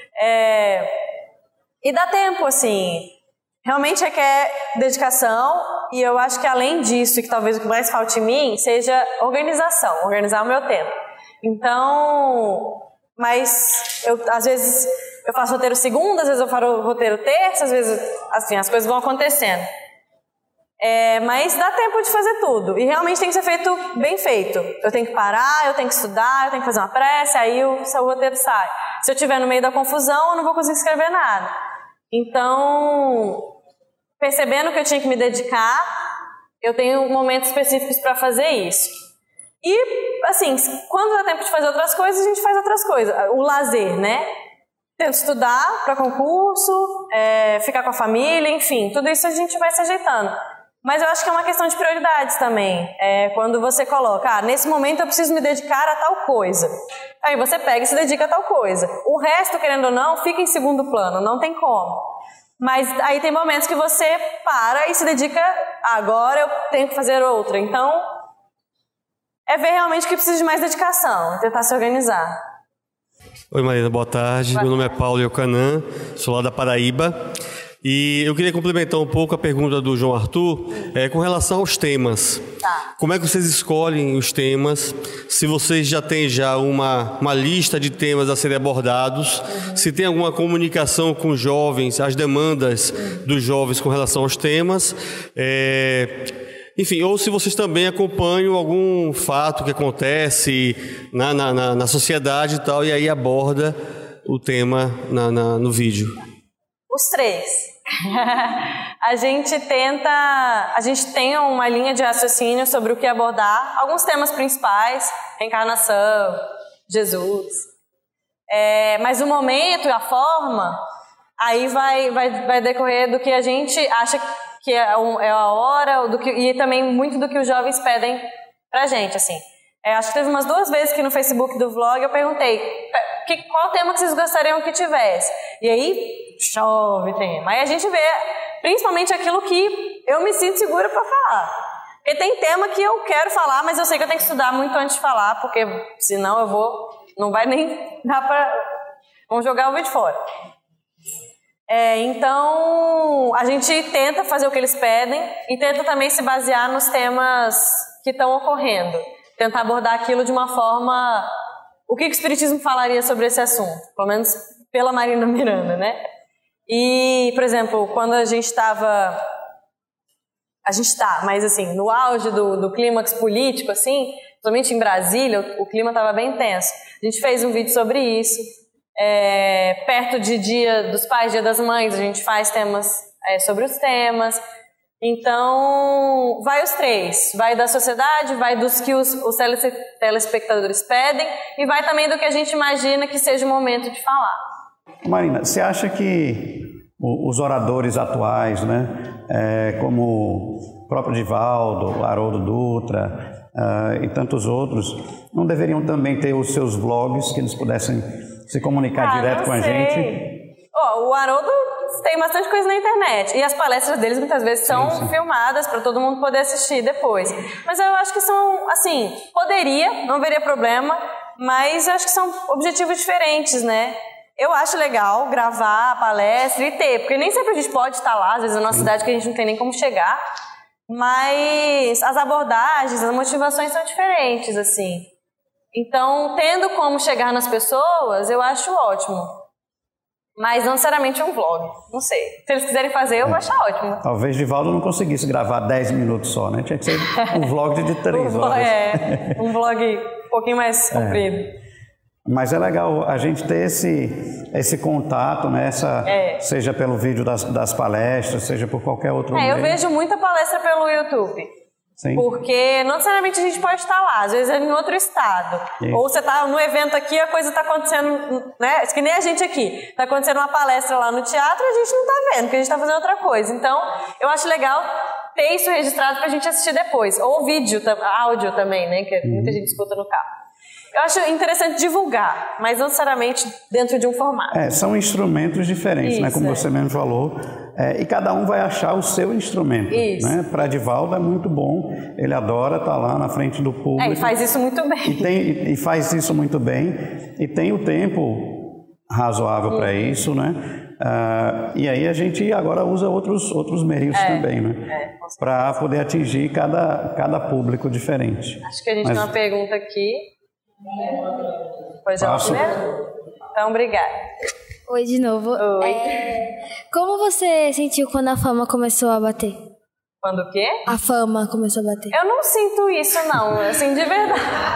[SPEAKER 1] E dá tempo, assim... Realmente requer dedicação, e eu acho que além disso, e que talvez o que mais falte em mim, seja organização, organizar o meu tempo. Então, mas às vezes eu faço roteiro segunda, às vezes eu faço roteiro terça, às vezes, assim, as coisas vão acontecendo. Mas dá tempo de fazer tudo, e realmente tem que ser feito bem feito. Eu tenho que parar, eu tenho que estudar, eu tenho que fazer uma prece, aí o roteiro sai. Se eu estiver no meio da confusão, eu não vou conseguir escrever nada. Então, percebendo que eu tinha que me dedicar, eu tenho momentos específicos para fazer isso. E, assim, quando dá tempo de fazer outras coisas, a gente faz outras coisas. O lazer, né? Tento estudar para concurso, ficar com a família, enfim, tudo isso a gente vai se ajeitando. Mas eu acho que é uma questão de prioridades também. Quando você coloca, nesse momento eu preciso me dedicar a tal coisa. Aí você pega e se dedica a tal coisa. O resto, querendo ou não, fica em segundo plano, não tem como. Mas aí tem momentos que você para e se dedica, agora eu tenho que fazer outra. Então, ver realmente que precisa de mais dedicação, tentar se organizar.
[SPEAKER 9] Oi, Marina, boa tarde. Meu nome é Paulo Eucanã, sou lá da Paraíba. E eu queria complementar um pouco a pergunta do João Arthur com relação aos temas.
[SPEAKER 1] Tá.
[SPEAKER 9] Como é que vocês escolhem os temas? Se vocês já têm uma lista de temas a serem abordados, se tem alguma comunicação com os jovens, as demandas dos jovens com relação aos temas. Enfim, ou se vocês também acompanham algum fato que acontece na sociedade e tal, e aí aborda o tema no vídeo.
[SPEAKER 1] Os três. A gente tem uma linha de raciocínio sobre o que abordar, alguns temas principais, reencarnação, Jesus. Mas o momento e a forma, aí vai decorrer do que a gente acha que é a hora, e também muito do que os jovens pedem pra gente, assim. Acho que teve umas 2 vezes que no Facebook do vlog eu perguntei qual tema que vocês gostariam que tivesse. E aí, chove tema. Aí a gente vê, principalmente aquilo que eu me sinto segura pra falar. Porque tem tema que eu quero falar, mas eu sei que eu tenho que estudar muito antes de falar, porque senão não vai nem dar pra... Vamos jogar o vídeo fora. Então, a gente tenta fazer o que eles pedem e tenta também se basear nos temas que estão ocorrendo. Tentar abordar aquilo de uma forma... O que o Espiritismo falaria sobre esse assunto? Pelo menos pela Marina Miranda, né? E, por exemplo, quando a gente está, mas assim, no auge do clímax político, assim, principalmente em Brasília, o clima estava bem tenso. A gente fez um vídeo sobre isso. Perto de Dia dos Pais, Dia das Mães, a gente faz temas sobre os temas. Então, vai os três. Vai da sociedade, vai dos que os telespectadores pedem e vai também do que a gente imagina que seja o momento de falar.
[SPEAKER 2] Marina, você acha que os oradores atuais, né, como o próprio Divaldo, Haroldo Dutra e tantos outros, não deveriam também ter os seus vlogs que eles pudessem se comunicar direto com a gente?
[SPEAKER 1] O Haroldo tem bastante coisa na internet e as palestras deles muitas vezes são filmadas para todo mundo poder assistir depois. Mas eu acho que são, assim, não veria problema, mas eu acho que são objetivos diferentes, né? Eu acho legal gravar a palestra e ter, porque nem sempre a gente pode estar lá, às vezes na nossa cidade que a gente não tem nem como chegar, mas as abordagens, as motivações são diferentes, assim. Então, tendo como chegar nas pessoas, eu acho ótimo. Mas não necessariamente um vlog, não sei. Se eles quiserem fazer, eu vou achar ótimo.
[SPEAKER 2] Talvez Divaldo não conseguisse gravar 10 minutos só, né? Tinha que ser um vlog de 3 horas.
[SPEAKER 1] Um vlog um pouquinho mais comprido.
[SPEAKER 2] Mas é legal a gente ter esse contato, né? Seja pelo vídeo das palestras, seja por qualquer outro meio.
[SPEAKER 1] Eu vejo muita palestra pelo YouTube.
[SPEAKER 2] Sim.
[SPEAKER 1] Porque não necessariamente a gente pode estar lá, às vezes é em outro estado. Isso. Ou você está no evento aqui, a coisa está acontecendo, né? Que nem a gente aqui. Está acontecendo uma palestra lá no teatro e a gente não está vendo, porque a gente está fazendo outra coisa. Então, eu acho legal ter isso registrado para a gente assistir depois. Ou vídeo, áudio também, né? Que muita gente escuta no carro. Eu acho interessante divulgar, mas não necessariamente dentro de um formato.
[SPEAKER 2] São instrumentos diferentes, né? Como você mesmo falou. E cada um vai achar o seu instrumento. Né? Para Divaldo é muito bom, ele adora estar lá na frente do público.
[SPEAKER 1] E faz isso muito bem.
[SPEAKER 2] E faz isso muito bem, e tem o tempo razoável para isso, né? E aí a gente agora usa outros meios também, né? Para poder atingir cada público diferente.
[SPEAKER 1] Acho que a gente tem uma pergunta aqui. Pode ir primeiro? Então, obrigada.
[SPEAKER 5] Oi de novo.
[SPEAKER 1] Oi.
[SPEAKER 5] Como você sentiu quando a fama começou a bater?
[SPEAKER 1] Quando o quê?
[SPEAKER 5] A fama começou a bater.
[SPEAKER 1] Eu não sinto isso, não. Assim, de verdade.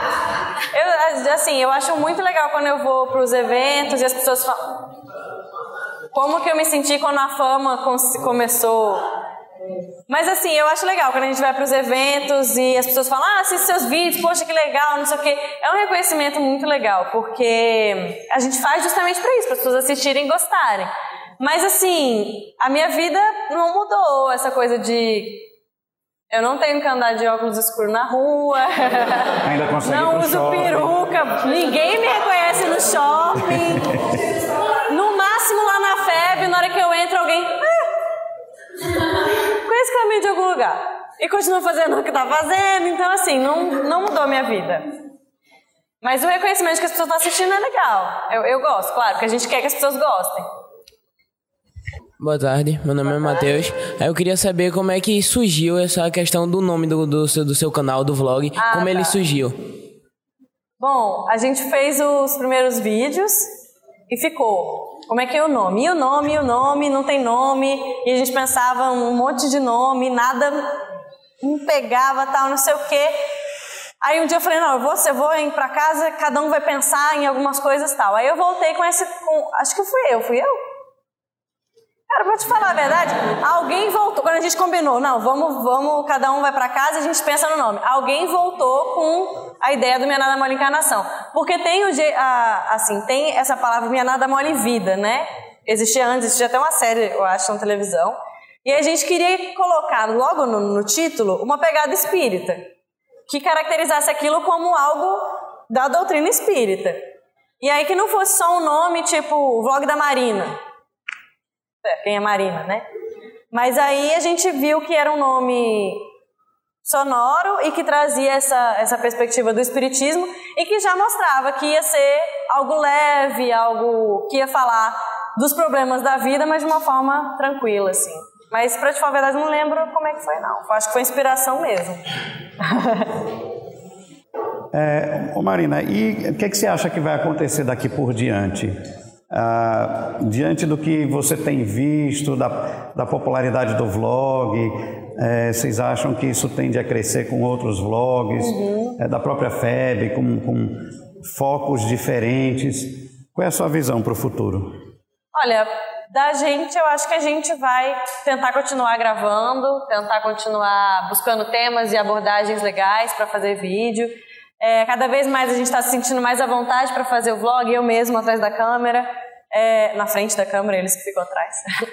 [SPEAKER 1] Eu acho muito legal quando eu vou para os eventos e as pessoas falam... Como que eu me senti quando a fama começou... Mas assim, eu acho legal quando a gente vai para os eventos e as pessoas falam, assiste seus vídeos, poxa, que legal, não sei o quê. É um reconhecimento muito legal, porque a gente faz justamente para isso, para as pessoas assistirem e gostarem. Mas assim, a minha vida não mudou, essa coisa de... Eu não tenho que andar de óculos escuros na rua,
[SPEAKER 2] ainda consegue
[SPEAKER 1] não uso peruca, ninguém me reconhece no shopping. No máximo lá na FEB, na hora que eu entro, alguém... Conhece caminho de algum lugar e continua fazendo o que está fazendo, então assim, não mudou a minha vida. Mas o reconhecimento que as pessoas estão assistindo é legal. Eu gosto, claro, porque a gente quer que as pessoas gostem.
[SPEAKER 10] Boa tarde, meu nome é Matheus. Eu queria saber como é que surgiu essa questão do nome do seu canal, do vlog, como ele surgiu.
[SPEAKER 1] Bom, a gente fez os primeiros vídeos e ficou... Como é que é o nome? E o nome, não tem nome. E a gente pensava um monte de nome, nada... me pegava, tal, não sei o quê. Aí um dia eu falei, não, eu vou ir pra casa, cada um vai pensar em algumas coisas e tal. Aí eu voltei acho que fui eu? Cara, pra te falar a verdade, alguém voltou, quando a gente combinou, não, vamos, cada um vai pra casa e a gente pensa no nome. Alguém voltou com a ideia do Minha Nada Mole Encarnação. Porque tem tem essa palavra Minha Nada Mole Vida, né? Existia até uma série, eu acho, na televisão. E a gente queria colocar logo no título uma pegada espírita, que caracterizasse aquilo como algo da doutrina espírita. E aí que não fosse só um nome tipo o Vlog da Marina. Quem é Marina, né? Mas aí a gente viu que era um nome sonoro e que trazia essa perspectiva do espiritismo e que já mostrava que ia ser algo leve, algo que ia falar dos problemas da vida, mas de uma forma tranquila, assim. Mas, pra te falar a verdade, não lembro como é que foi, não. Acho que foi inspiração mesmo.
[SPEAKER 2] Marina, e o que você acha que vai acontecer daqui por diante? Diante do que você tem visto, da popularidade do vlog, vocês acham que isso tende a crescer com outros vlogs, da própria FEB, com focos diferentes? Qual é a sua visão para o futuro?
[SPEAKER 1] Olha, da gente, eu acho que a gente vai tentar continuar gravando, tentar continuar buscando temas e abordagens legais para fazer vídeo. Cada vez mais a gente está se sentindo mais à vontade para fazer o vlog, eu mesmo atrás da câmera, na frente da câmera, eles que ficam atrás.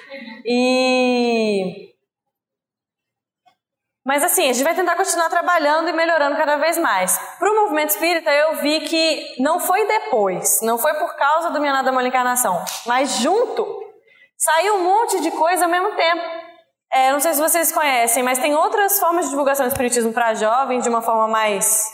[SPEAKER 1] Mas assim, a gente vai tentar continuar trabalhando e melhorando cada vez mais. Para o movimento espírita, eu vi que não foi depois, não foi por causa do Minha Nada Mole Encarnação, mas junto saiu um monte de coisa ao mesmo tempo. Não sei se vocês conhecem, mas tem outras formas de divulgação do espiritismo para jovens de uma forma mais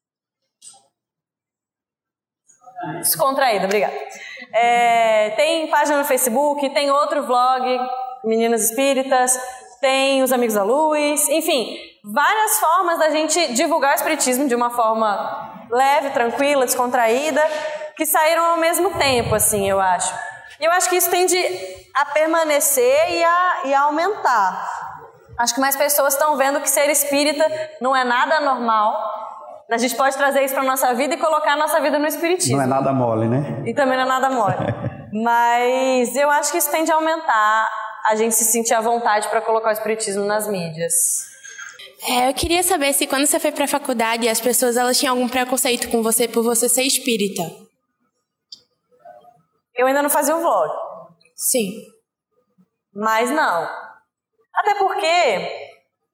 [SPEAKER 1] descontraída, obrigada. Tem página no Facebook, tem outro vlog, Meninas Espíritas, tem os Amigos da Luz, enfim, várias formas da gente divulgar o espiritismo de uma forma leve, tranquila, descontraída, que saíram ao mesmo tempo, assim, eu acho. E eu acho que isso tende a permanecer e a aumentar. Acho que mais pessoas estão vendo que ser espírita não é nada normal. A gente pode trazer isso para a nossa vida e colocar a nossa vida no espiritismo.
[SPEAKER 2] Não é nada mole, né?
[SPEAKER 1] E também não é nada mole. Mas eu acho que isso tende a aumentar, a gente se sentir à vontade para colocar o espiritismo nas mídias.
[SPEAKER 11] Eu queria saber se quando você foi para a faculdade, as pessoas elas tinham algum preconceito com você por você ser espírita.
[SPEAKER 1] Eu ainda não fazia o vlog.
[SPEAKER 11] Sim.
[SPEAKER 1] Mas não. Até porque...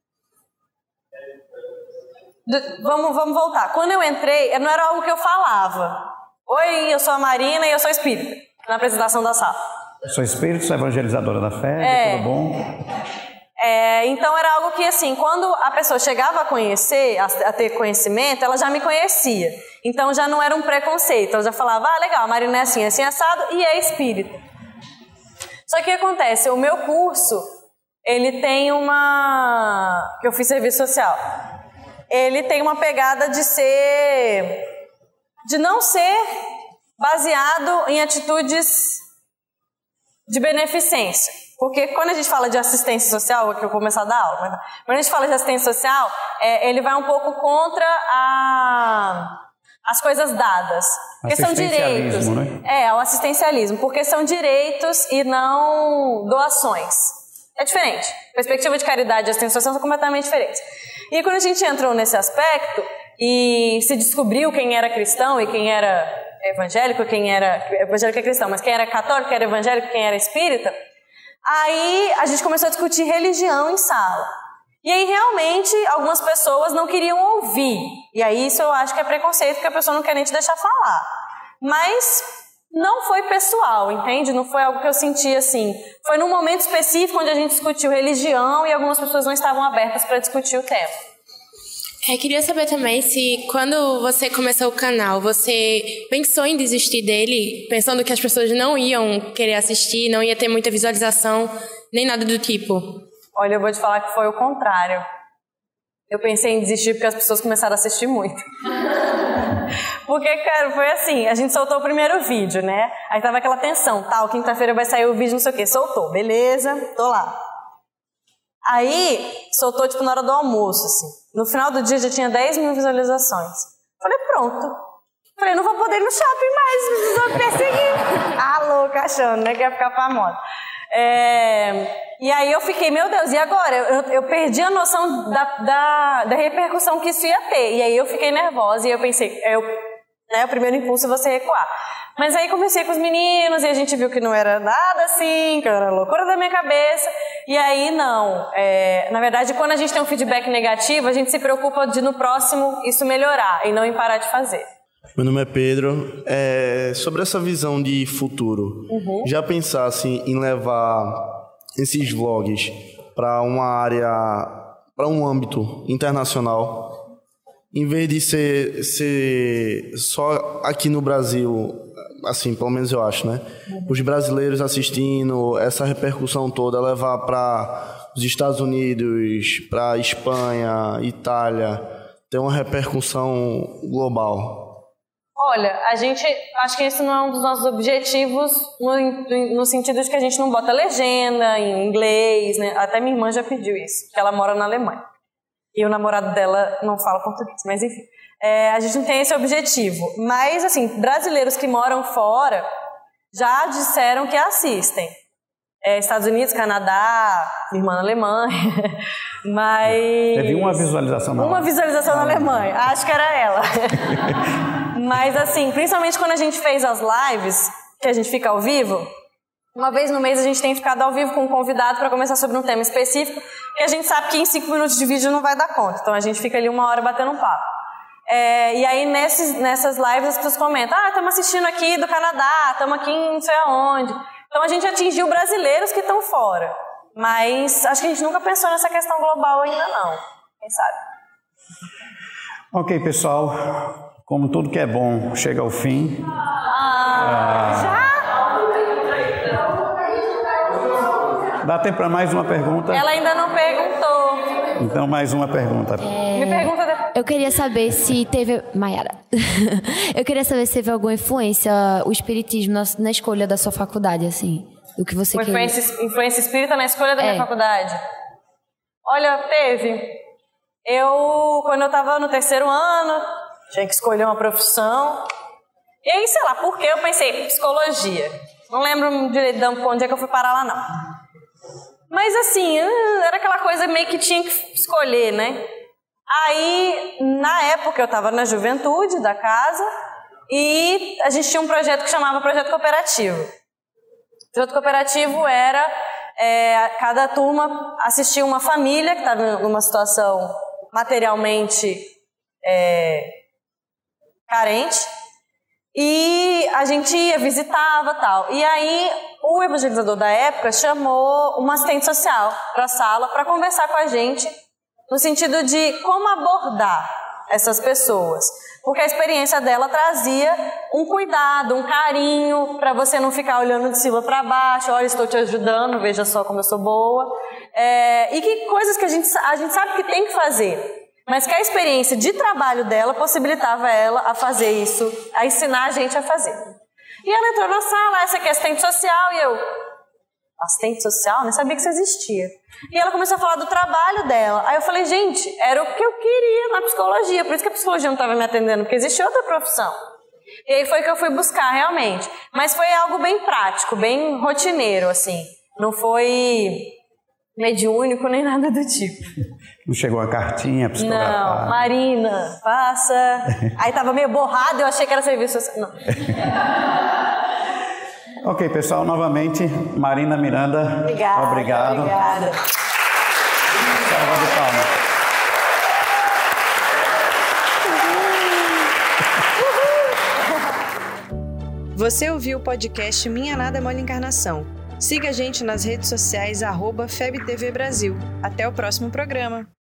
[SPEAKER 1] Vamos voltar. Quando eu entrei, não era algo que eu falava. Oi, eu sou a Marina e eu sou espírita. Na apresentação da sala.
[SPEAKER 2] Eu sou espírita, sou evangelizadora da FEB, tudo bom?
[SPEAKER 1] Então era algo que, assim, quando a pessoa chegava a conhecer, a ter conhecimento, ela já me conhecia. Então já não era um preconceito. Ela já falava, legal, a Marina é assim assado e é espírita. Só que o que acontece? O meu curso, ele tem que eu fiz serviço social. Ele tem uma pegada de não ser baseado em atitudes de beneficência. Porque quando a gente fala de assistência social, que eu vou começar a dar aula, mas quando a gente fala de assistência social, ele vai um pouco contra as coisas dadas. Porque são direitos. Né? O assistencialismo, porque são direitos e não doações. É diferente. Perspectiva de caridade e assistência social são completamente diferentes. E quando a gente entrou nesse aspecto e se descobriu quem era cristão e quem era evangélico, evangélico é cristão, mas quem era católico, quem era evangélico, quem era espírita, aí a gente começou a discutir religião em sala. E aí realmente algumas pessoas não queriam ouvir. E aí isso eu acho que é preconceito, porque a pessoa não quer nem te deixar falar. Mas não foi pessoal, entende? Não foi algo que eu senti assim. Foi num momento específico onde a gente discutiu religião e algumas pessoas não estavam abertas para discutir o tema.
[SPEAKER 11] Queria saber também se quando você começou o canal, você pensou em desistir dele, pensando que as pessoas não iam querer assistir, não ia ter muita visualização, nem nada do tipo?
[SPEAKER 1] Olha, eu vou te falar que foi o contrário. Eu pensei em desistir porque as pessoas começaram a assistir muito. Porque, cara, foi assim, a gente soltou o primeiro vídeo, né? Aí tava aquela tensão, quinta-feira vai sair o vídeo, não sei o quê. Soltou, beleza, tô lá. Aí, soltou, tipo, na hora do almoço, assim. No final do dia, já tinha 10 mil visualizações. Falei, pronto. Falei, não vou poder ir no shopping mais, os outros perseguindo. Louca, achando, né, que ia ficar famosa. E aí eu fiquei, meu Deus, e agora? Eu perdi a noção da repercussão que isso ia ter. E aí eu fiquei nervosa e eu pensei, o primeiro impulso é você recuar. Mas aí conversei com os meninos e a gente viu que não era nada assim, que era loucura da minha cabeça. E aí não. Na verdade, quando a gente tem um feedback negativo, a gente se preocupa de no próximo isso melhorar e não em parar de fazer.
[SPEAKER 12] Meu nome é Pedro. Sobre essa visão de futuro, já pensasse em levar esses vlogs para uma área, para um âmbito internacional, em vez de ser só aqui no Brasil, assim, pelo menos eu acho, né? Os brasileiros assistindo, essa repercussão toda, levar para os Estados Unidos, para Espanha, Itália, ter uma repercussão global.
[SPEAKER 1] Olha, acho que esse não é um dos nossos objetivos no sentido de que a gente não bota legenda em inglês, né? Até minha irmã já pediu isso, porque ela mora na Alemanha. E o namorado dela não fala português, mas enfim. A gente não tem esse objetivo. Mas, assim, brasileiros que moram fora já disseram que assistem. Estados Unidos, Canadá, minha irmã na Alemanha, mas...
[SPEAKER 2] Teve uma visualização na
[SPEAKER 1] Uma visualização na Alemanha, acho que era ela. Mas assim, principalmente quando a gente fez as lives, que a gente fica ao vivo, uma vez no mês a gente tem ficado ao vivo com um convidado para conversar sobre um tema específico, e a gente sabe que em 5 minutos de vídeo não vai dar conta, então a gente fica ali 1 hora batendo um papo. E aí nessas lives as pessoas comentam, estamos assistindo aqui do Canadá, estamos aqui em não sei aonde. Então a gente atingiu brasileiros que estão fora, mas acho que a gente nunca pensou nessa questão global ainda não, quem sabe.
[SPEAKER 2] Ok, pessoal, como tudo que é bom chega ao fim.
[SPEAKER 1] Já?
[SPEAKER 2] Dá tempo para mais uma pergunta?
[SPEAKER 1] Ela ainda não perguntou.
[SPEAKER 2] Então mais uma pergunta.
[SPEAKER 1] Me pergunta depois.
[SPEAKER 5] Eu queria saber se teve... Mayara. Eu queria saber se teve alguma influência o espiritismo na escolha da sua faculdade, assim. Do que você queria.
[SPEAKER 1] Influência espírita na escolha da minha faculdade? Olha, teve. Quando eu estava no 3º ano, tinha que escolher uma profissão. E aí, sei lá, por que eu pensei psicologia? Não lembro direito de onde é que eu fui parar lá, não. Mas assim, era aquela coisa meio que tinha que escolher, né? Aí, na época, eu estava na juventude da casa e a gente tinha um projeto que chamava Projeto Cooperativo. O Projeto Cooperativo era, cada turma assistia uma família que estava numa situação materialmente carente e a gente ia, visitava tal. E aí, o evangelizador da época chamou uma assistente social para a sala para conversar com a gente no sentido de como abordar essas pessoas. Porque a experiência dela trazia um cuidado, um carinho, para você não ficar olhando de cima para baixo, olha, estou te ajudando, veja só como eu sou boa. E que coisas que a gente sabe que tem que fazer, mas que a experiência de trabalho dela possibilitava ela a fazer isso, a ensinar a gente a fazer. E ela entrou na sala, essa aqui é assistente social, e eu... Assistente social? Nem sabia que isso existia. E ela começou a falar do trabalho dela. Aí eu falei, gente, era o que eu queria na psicologia. Por isso que a psicologia não estava me atendendo, porque existia outra profissão. E aí foi que eu fui buscar, realmente. Mas foi algo bem prático, bem rotineiro, assim. Não foi mediúnico nem nada do tipo.
[SPEAKER 2] Não chegou a cartinha psicografada?
[SPEAKER 1] Não, Marina, passa. Aí tava meio borrado, eu achei que era serviço social. Não.
[SPEAKER 2] Ok, pessoal, novamente, Marina Miranda. Obrigado.
[SPEAKER 1] Obrigada.
[SPEAKER 2] Salva de palmas.
[SPEAKER 13] Você ouviu o podcast Minha Nada é Mole Encarnação. Siga a gente nas redes sociais @FebTV Brasil. Até o próximo programa.